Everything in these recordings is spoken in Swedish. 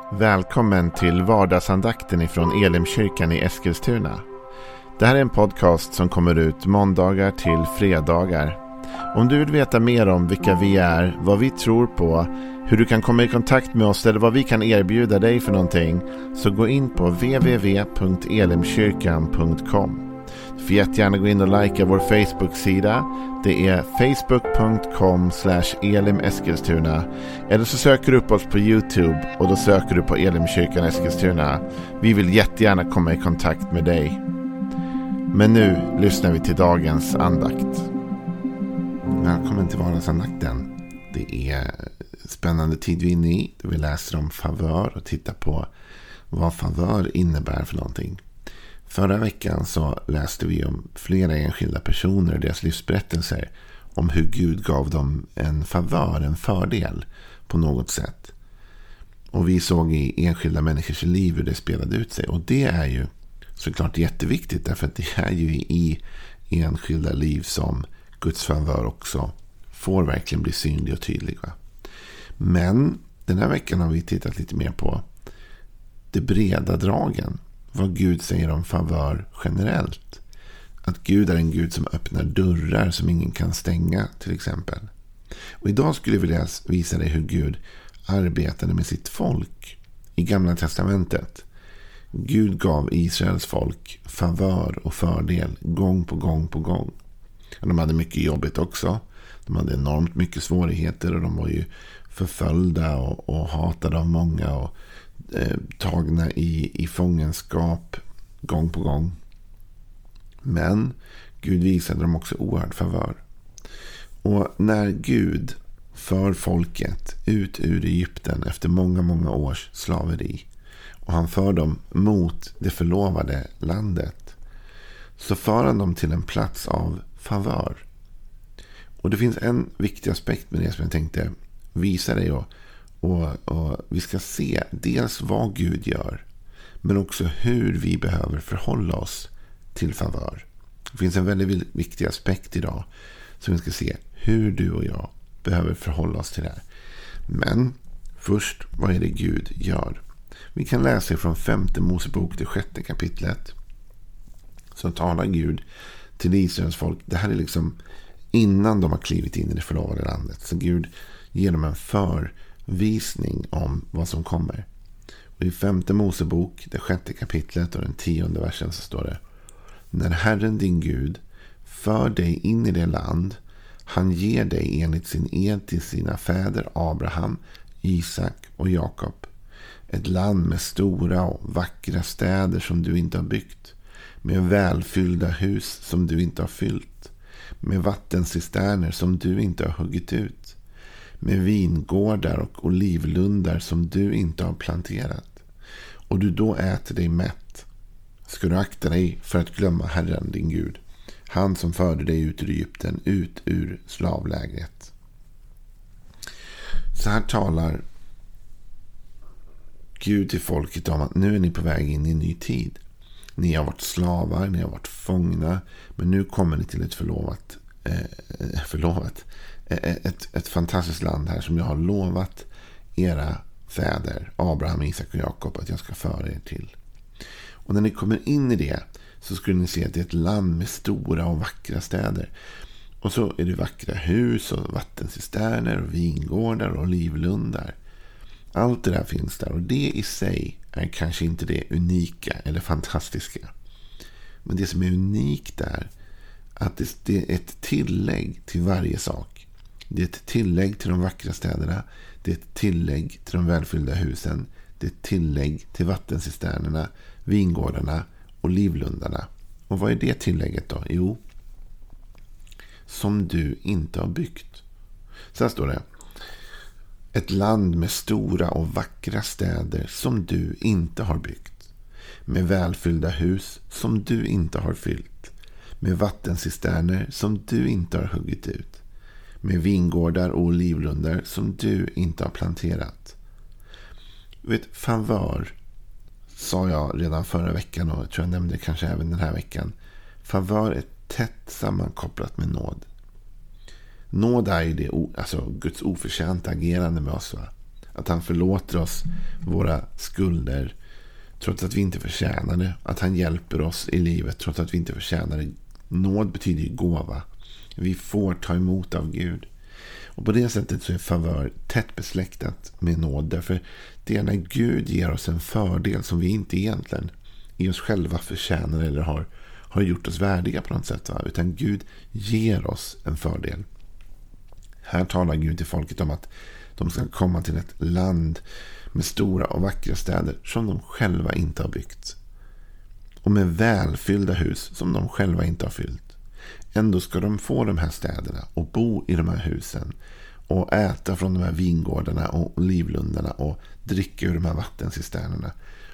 Välkommen till vardagsandakten ifrån Elimkyrkan i Eskilstuna. Det här är en podcast som kommer ut måndagar till fredagar. Om du vill veta mer om vilka vi är, vad vi tror på, hur du kan komma i kontakt med oss eller vad vi kan erbjuda dig för någonting, så gå in på www.elimkyrkan.com. Du får jättegärna gå in och likea vår Facebook-sida. Det är facebook.com/elimeskilstuna. Eller så söker du upp oss på YouTube och då söker du på Elimkyrkan Eskilstuna. Vi vill jättegärna komma i kontakt med dig. Men nu lyssnar vi till dagens andakt. Välkommen till vardagsandakten. Det är spännande tid vi är inne i. Vi läser om favör och tittar på vad favör innebär för någonting. Förra veckan så läste vi om flera enskilda personer och deras livsberättelser om hur Gud gav dem en favör, en fördel på något sätt. Och vi såg i enskilda människors liv hur det spelade ut sig. Och det är ju såklart jätteviktigt, därför att det är ju i enskilda liv som Guds favör också får verkligen bli synlig och tydlig. Va? Men den här veckan har vi tittat lite mer på de breda dragen. Vad Gud säger om favör generellt. Att Gud är en Gud som öppnar dörrar som ingen kan stänga, till exempel. Och idag skulle jag vilja visa dig hur Gud arbetade med sitt folk i Gamla testamentet. Gud gav Israels folk favör och fördel gång på gång på gång. Och de hade mycket jobbigt också. De hade enormt mycket svårigheter och de var ju förföljda och hatade av många och tagna i fångenskap gång på gång. Men Gud visade dem också oerhörd favör. Och när Gud för folket ut ur Egypten efter många, många års slaveri och han för dem mot det förlovade landet, så för han dem till en plats av favör. Och det finns en viktig aspekt med det som jag tänkte visa dig och vi ska se dels vad Gud gör, men också hur vi behöver förhålla oss till favör. Det finns en väldigt viktig aspekt idag som vi ska se hur du och jag behöver förhålla oss till det här. Men först, vad är det Gud gör? Vi kan läsa från 5:e Mosebok, det 6:e kapitlet. Så talar Gud till Israels folk. Det här är liksom innan de har klivit in i det förlovade landet. Så Gud ger dem en förvisning om vad som kommer. Och i 5:e Mosebok, det 6:e kapitlet och den 10:e versen så står det: När Herren din Gud för dig in i det land han ger dig enligt sin ed till sina fäder Abraham, Isak och Jakob, ett land med stora och vackra städer som du inte har byggt, med välfyllda hus som du inte har fyllt, med vattencisterner som du inte har huggit ut, med vingårdar och olivlundar som du inte har planterat, och du då äter dig mätt, ska du akta dig för att glömma Herren din Gud, han som förde dig ut ur Egypten, ut ur slavlägret. Så här talar Gud till folket om att nu är ni på väg in i en ny tid. Ni har varit slavar, ni har varit fångna, men nu kommer ni till ett fantastiskt land här som jag har lovat era fäder Abraham, Isak och Jakob att jag ska föra er till. Och när ni kommer in i det så skulle ni se att det är ett land med stora och vackra städer. Och så är det vackra hus och vattencisterner och vingårdar och olivlundar. Allt det där finns där, och det i sig är kanske inte det unika eller fantastiska. Men det som är unikt är att det är ett tillägg till varje sak. Det är ett tillägg till de vackra städerna. Det är ett tillägg till de välfyllda husen. Det är ett tillägg till vattencisternerna, vingårdarna och olivlundarna. Och vad är det tillägget då? Jo, som du inte har byggt. Så här står det: ett land med stora och vackra städer som du inte har byggt, med välfyllda hus som du inte har fyllt, med vattencisterner som du inte har huggit ut, med vingårdar och olivlundar som du inte har planterat. Favör sa jag redan förra veckan, och jag tror jag nämnde det kanske även den här veckan. Favör är tätt sammankopplat med nåd. Nåd är ju det, alltså Guds oförtjänta agerande med oss. Va? Att han förlåter oss våra skulder trots att vi inte förtjänar det. Att han hjälper oss i livet trots att vi inte förtjänar det. Nåd betyder ju gåva. Vi får ta emot av Gud. Och på det sättet så är favör tätt besläktat med nåd. Därför det är när Gud ger oss en fördel som vi inte egentligen i oss själva förtjänar eller har gjort oss värdiga på något sätt. Utan Gud ger oss en fördel. Här talar Gud till folket om att de ska komma till ett land med stora och vackra städer som de själva inte har byggt. Och med välfyllda hus som de själva inte har fyllt. Ändå ska de få de här städerna och bo i de här husen och äta från de här vingårdarna och olivlundarna och dricka ur de här vattencisternerna.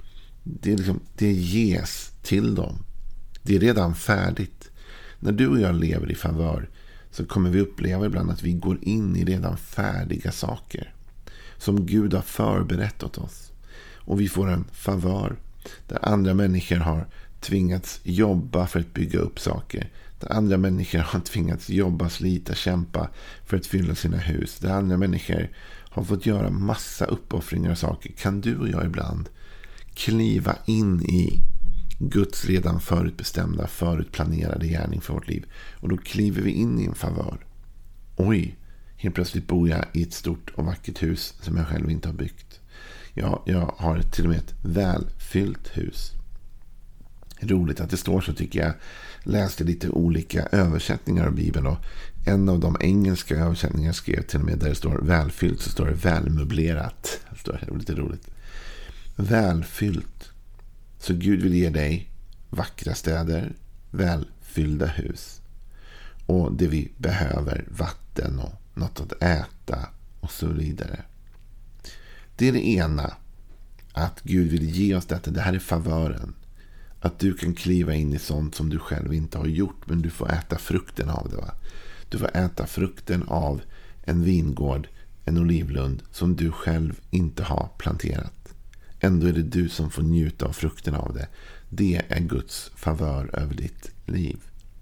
Det ges till dem. Det är redan färdigt. När du och jag lever i favör så kommer vi uppleva ibland att vi går in i redan färdiga saker som Gud har förberett åt oss. Och vi får en favör där andra människor har tvingats jobba för att bygga upp saker. Där andra människor har tvingats jobba, slita, kämpa för att fylla sina hus. Där andra människor har fått göra massa uppoffringar och saker. Kan du och jag ibland kliva in i Guds redan förutbestämda, förutplanerade gärning för vårt liv. Och då kliver vi in i en favör. Oj, helt plötsligt bor jag i ett stort och vackert hus som jag själv inte har byggt. Jag har till och med ett välfyllt hus. Roligt att det står så tycker jag. Läste lite olika översättningar av Bibeln och en av de engelska översättningarna skrev till och med där det står välfyllt så står det välmöblerat. Det står lite roligt. Välfyllt. Så Gud vill ge dig vackra städer, välfyllda hus. Och det vi behöver, vatten och något att äta och så vidare. Det är det ena. Att Gud vill ge oss detta. Det här är favören. Att du kan kliva in i sånt som du själv inte har gjort. Men du får äta frukten av det. Va? Du får äta frukten av en vingård, en olivlund som du själv inte har planterat. Ändå är det du som får njuta av frukten av det. Det är Guds favör över ditt liv.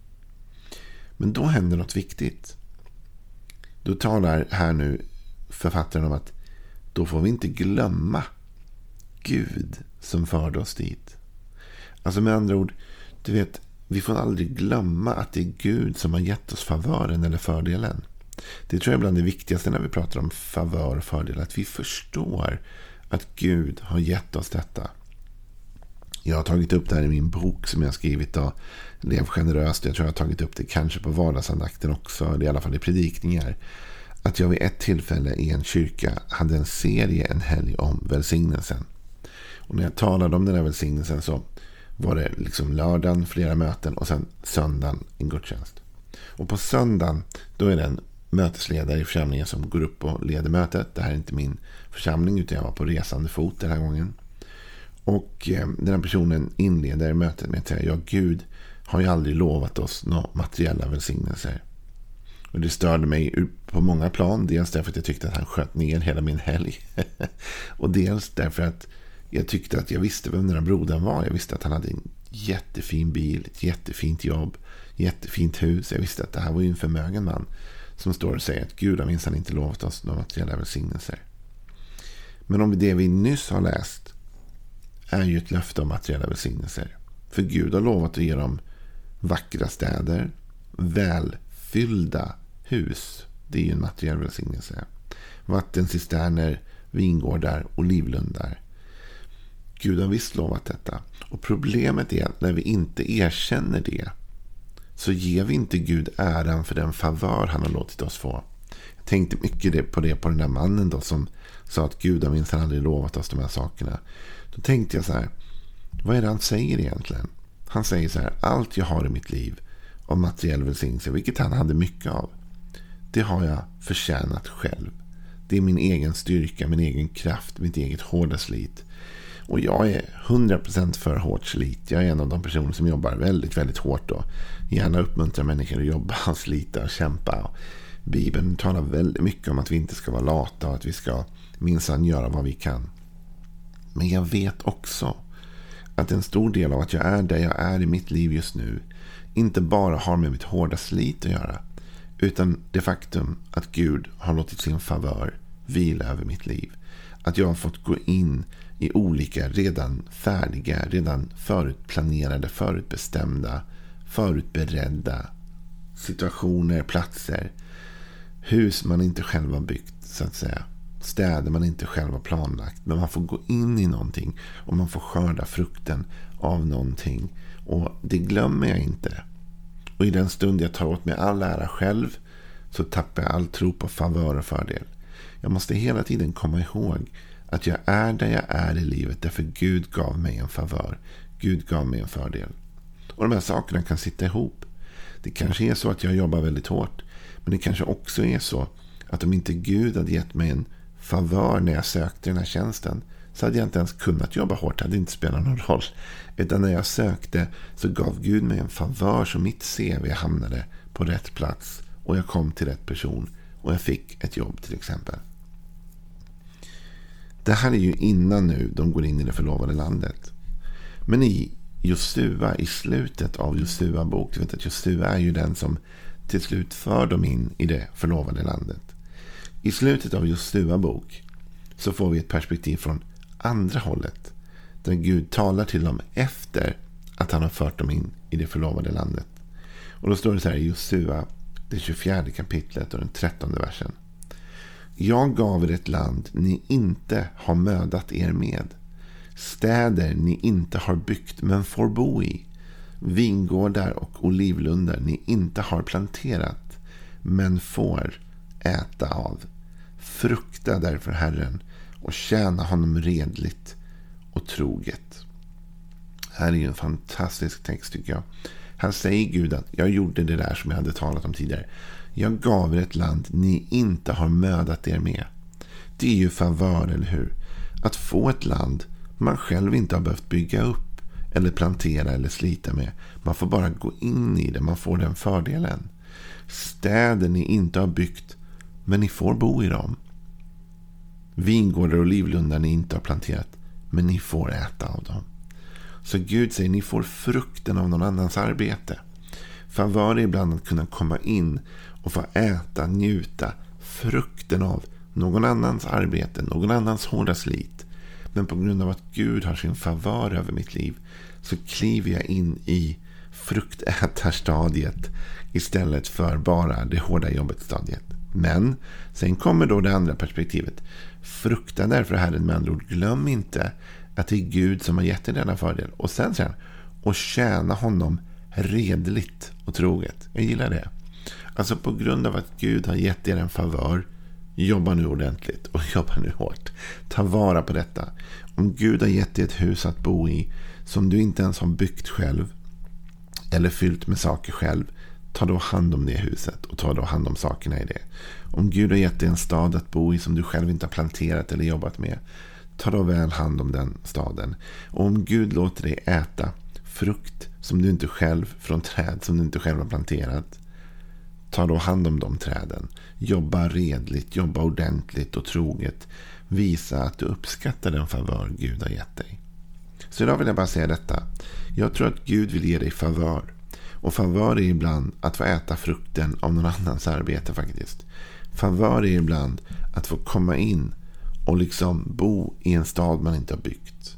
Men då händer något viktigt. Då talar här nu författaren om att då får vi inte glömma Gud som förde oss dit. Alltså med andra ord, du vet, vi får aldrig glömma att det är Gud som har gett oss favören eller fördelen. Det tror jag är bland det viktigaste när vi pratar om favör och fördel. Att vi förstår att Gud har gett oss detta. Jag har tagit upp det här i min bok som jag har skrivit och Lev generöst. Jag tror jag har tagit upp det kanske på vardagsandakten också. Eller i alla fall i predikningar. Att jag vid ett tillfälle i en kyrka hade en serie en helg om välsignelsen. Och när jag talade om den här välsignelsen så var det liksom lördagen flera möten och sen söndagen en gudstjänst. Och på söndagen då är det en mötesledare i församlingen som går upp och leder mötet. Det här är inte min församling utan jag var på resande fot den här gången. Och den här personen inleder mötet med att säga ja, Gud har ju aldrig lovat oss några materiella välsignelser. Och det störde mig på många plan. Dels därför att jag tyckte att han sköt ner hela min helg. Och dels därför att jag tyckte att jag visste vem den här brodern var. Jag visste att han hade en jättefin bil, ett jättefint jobb, jättefint hus. Jag visste att det här var ju en förmögen man som står och säger att Gud har minsann inte lovat oss några materiella välsignelser. Men om det vi nyss har läst är ju ett löfte om materiella välsignelser. För Gud har lovat att ge dem vackra städer, välfyllda hus. Det är ju en materiell välsignelse. Vattencisterner, vingårdar, olivlundar. Gud har visst lovat detta. Och problemet är att när vi inte erkänner det så ger vi inte Gud äran för den favör han har låtit oss få. Jag tänkte mycket på den där mannen då som sa att Gud har minst aldrig lovat oss de här sakerna. Då tänkte jag så här, vad är det han säger egentligen? Han säger så här, allt jag har i mitt liv av materiell välsignelse, vilket han hade mycket av, det har jag förtjänat själv. Det är min egen styrka, min egen kraft, mitt eget hårda slit. Och jag är 100% för hårt slit. Jag är en av de personer som jobbar väldigt, väldigt hårt och gärna uppmuntrar människor att jobba och slita och kämpa. Bibeln talar väldigt mycket om att vi inte ska vara lata och att vi ska minsann göra vad vi kan. Men jag vet också att en stor del av att jag är där jag är i mitt liv just nu inte bara har med mitt hårda slit att göra, utan det faktum att Gud har låtit sin favör vila över mitt liv. att jag har fått gå in i olika redan färdiga, redan förutplanerade, förutbestämda, förutberedda situationer, platser, hus man inte själv har byggt så att säga, städer man inte själv har planlagt, men man får gå in i någonting och man får skörda frukten av någonting, och det glömmer jag inte. Och i den stund jag tar åt mig all ära själv så tappar jag all tro på favör och fördel. Jag måste hela tiden komma ihåg att jag är där jag är i livet därför Gud gav mig en favör. Gud gav mig en fördel. Och de här sakerna kan sitta ihop. Det kanske är så att jag jobbar väldigt hårt, men det kanske också är så att om inte Gud hade gett mig en favör när jag sökte den här tjänsten, så hade jag inte ens kunnat jobba hårt. Det hade inte spelat någon roll. Utan när jag sökte så gav Gud mig en favör, så mitt CV hamnade på rätt plats och jag kom till rätt person och jag fick ett jobb till exempel. Det här är ju innan nu de går in i det förlovade landet. Men i Josua, i slutet av Josua bok, du vet att Josua är ju den som till slut för dem in i det förlovade landet. I slutet av Josua bok så får vi ett perspektiv från andra hållet, där Gud talar till dem efter att han har fört dem in i det förlovade landet. Och då står det så här i Josua, det 24 kapitlet och den 13:e versen. Jag gav er ett land ni inte har mödat er med, städer ni inte har byggt men får bo i, vingårdar och olivlundar ni inte har planterat men får äta av. Frukta därför Herren och tjäna honom redligt och troget. Här är ju en fantastisk text tycker jag. Här säger Gud att jag gjorde det där som jag hade talat om tidigare. Jag gav er ett land ni inte har mödat er med. Det är ju favör, eller hur? Att få ett land man själv inte har behövt bygga upp eller plantera eller slita med. Man får bara gå in i det. Man får den fördelen. Städer ni inte har byggt, men ni får bo i dem. Vingårdar och olivlundar ni inte har planterat, men ni får äta av dem. Så Gud säger, ni får frukten av någon annans arbete. Favör är ibland att kunna komma in och få äta, njuta frukten av någon annans arbete, någon annans hårda slit. Men på grund av att Gud har sin favör över mitt liv så kliver jag in i fruktätarstadiet istället för bara det hårda jobbet-stadiet. Men sen kommer då det andra perspektivet. Frukta därför Herren, med andra ord. Glöm inte att det är Gud som har gett dig denna fördel. Och sen och tjäna honom redligt och troget. Jag gillar det. Alltså på grund av att Gud har gett er en favör, jobba nu ordentligt och jobba nu hårt. Ta vara på detta. Om Gud har gett dig ett hus att bo i som du inte ens har byggt själv eller fyllt med saker själv, ta då hand om det huset och ta då hand om sakerna i det. Om Gud har gett dig en stad att bo i som du själv inte har planterat eller jobbat med, ta då väl hand om den staden. Och om Gud låter dig äta frukt som du inte själv, från träd som du inte själv har planterat, ta då hand om de träden. Jobba redligt, jobba ordentligt och troget. Visa att du uppskattar den favör Gud har gett dig. Så idag vill jag bara säga detta. Jag tror att Gud vill ge dig favör. Och favör är ibland att få äta frukten av någon annans arbete faktiskt. Favör är ibland att få komma in och liksom bo i en stad man inte har byggt.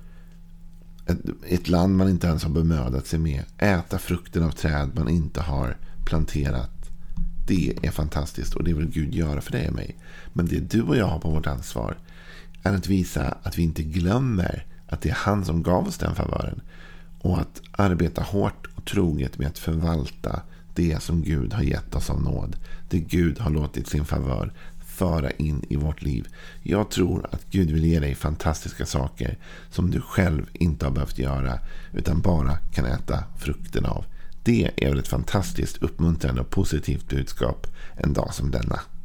Ett land man inte ens har bemödat sig med. Äta frukten av träd man inte har planterat. Det är fantastiskt och det vill Gud göra för dig och mig. Men det du och jag har på vårt ansvar är att visa att vi inte glömmer att det är han som gav oss den favören. Och att arbeta hårt och troget med att förvalta det som Gud har gett oss av nåd. Det Gud har låtit sin favör föra in i vårt liv. Jag tror att Gud vill ge dig fantastiska saker som du själv inte har behövt göra utan bara kan äta frukten av. Det är väl ett fantastiskt uppmuntrande och positivt budskap en dag som denna.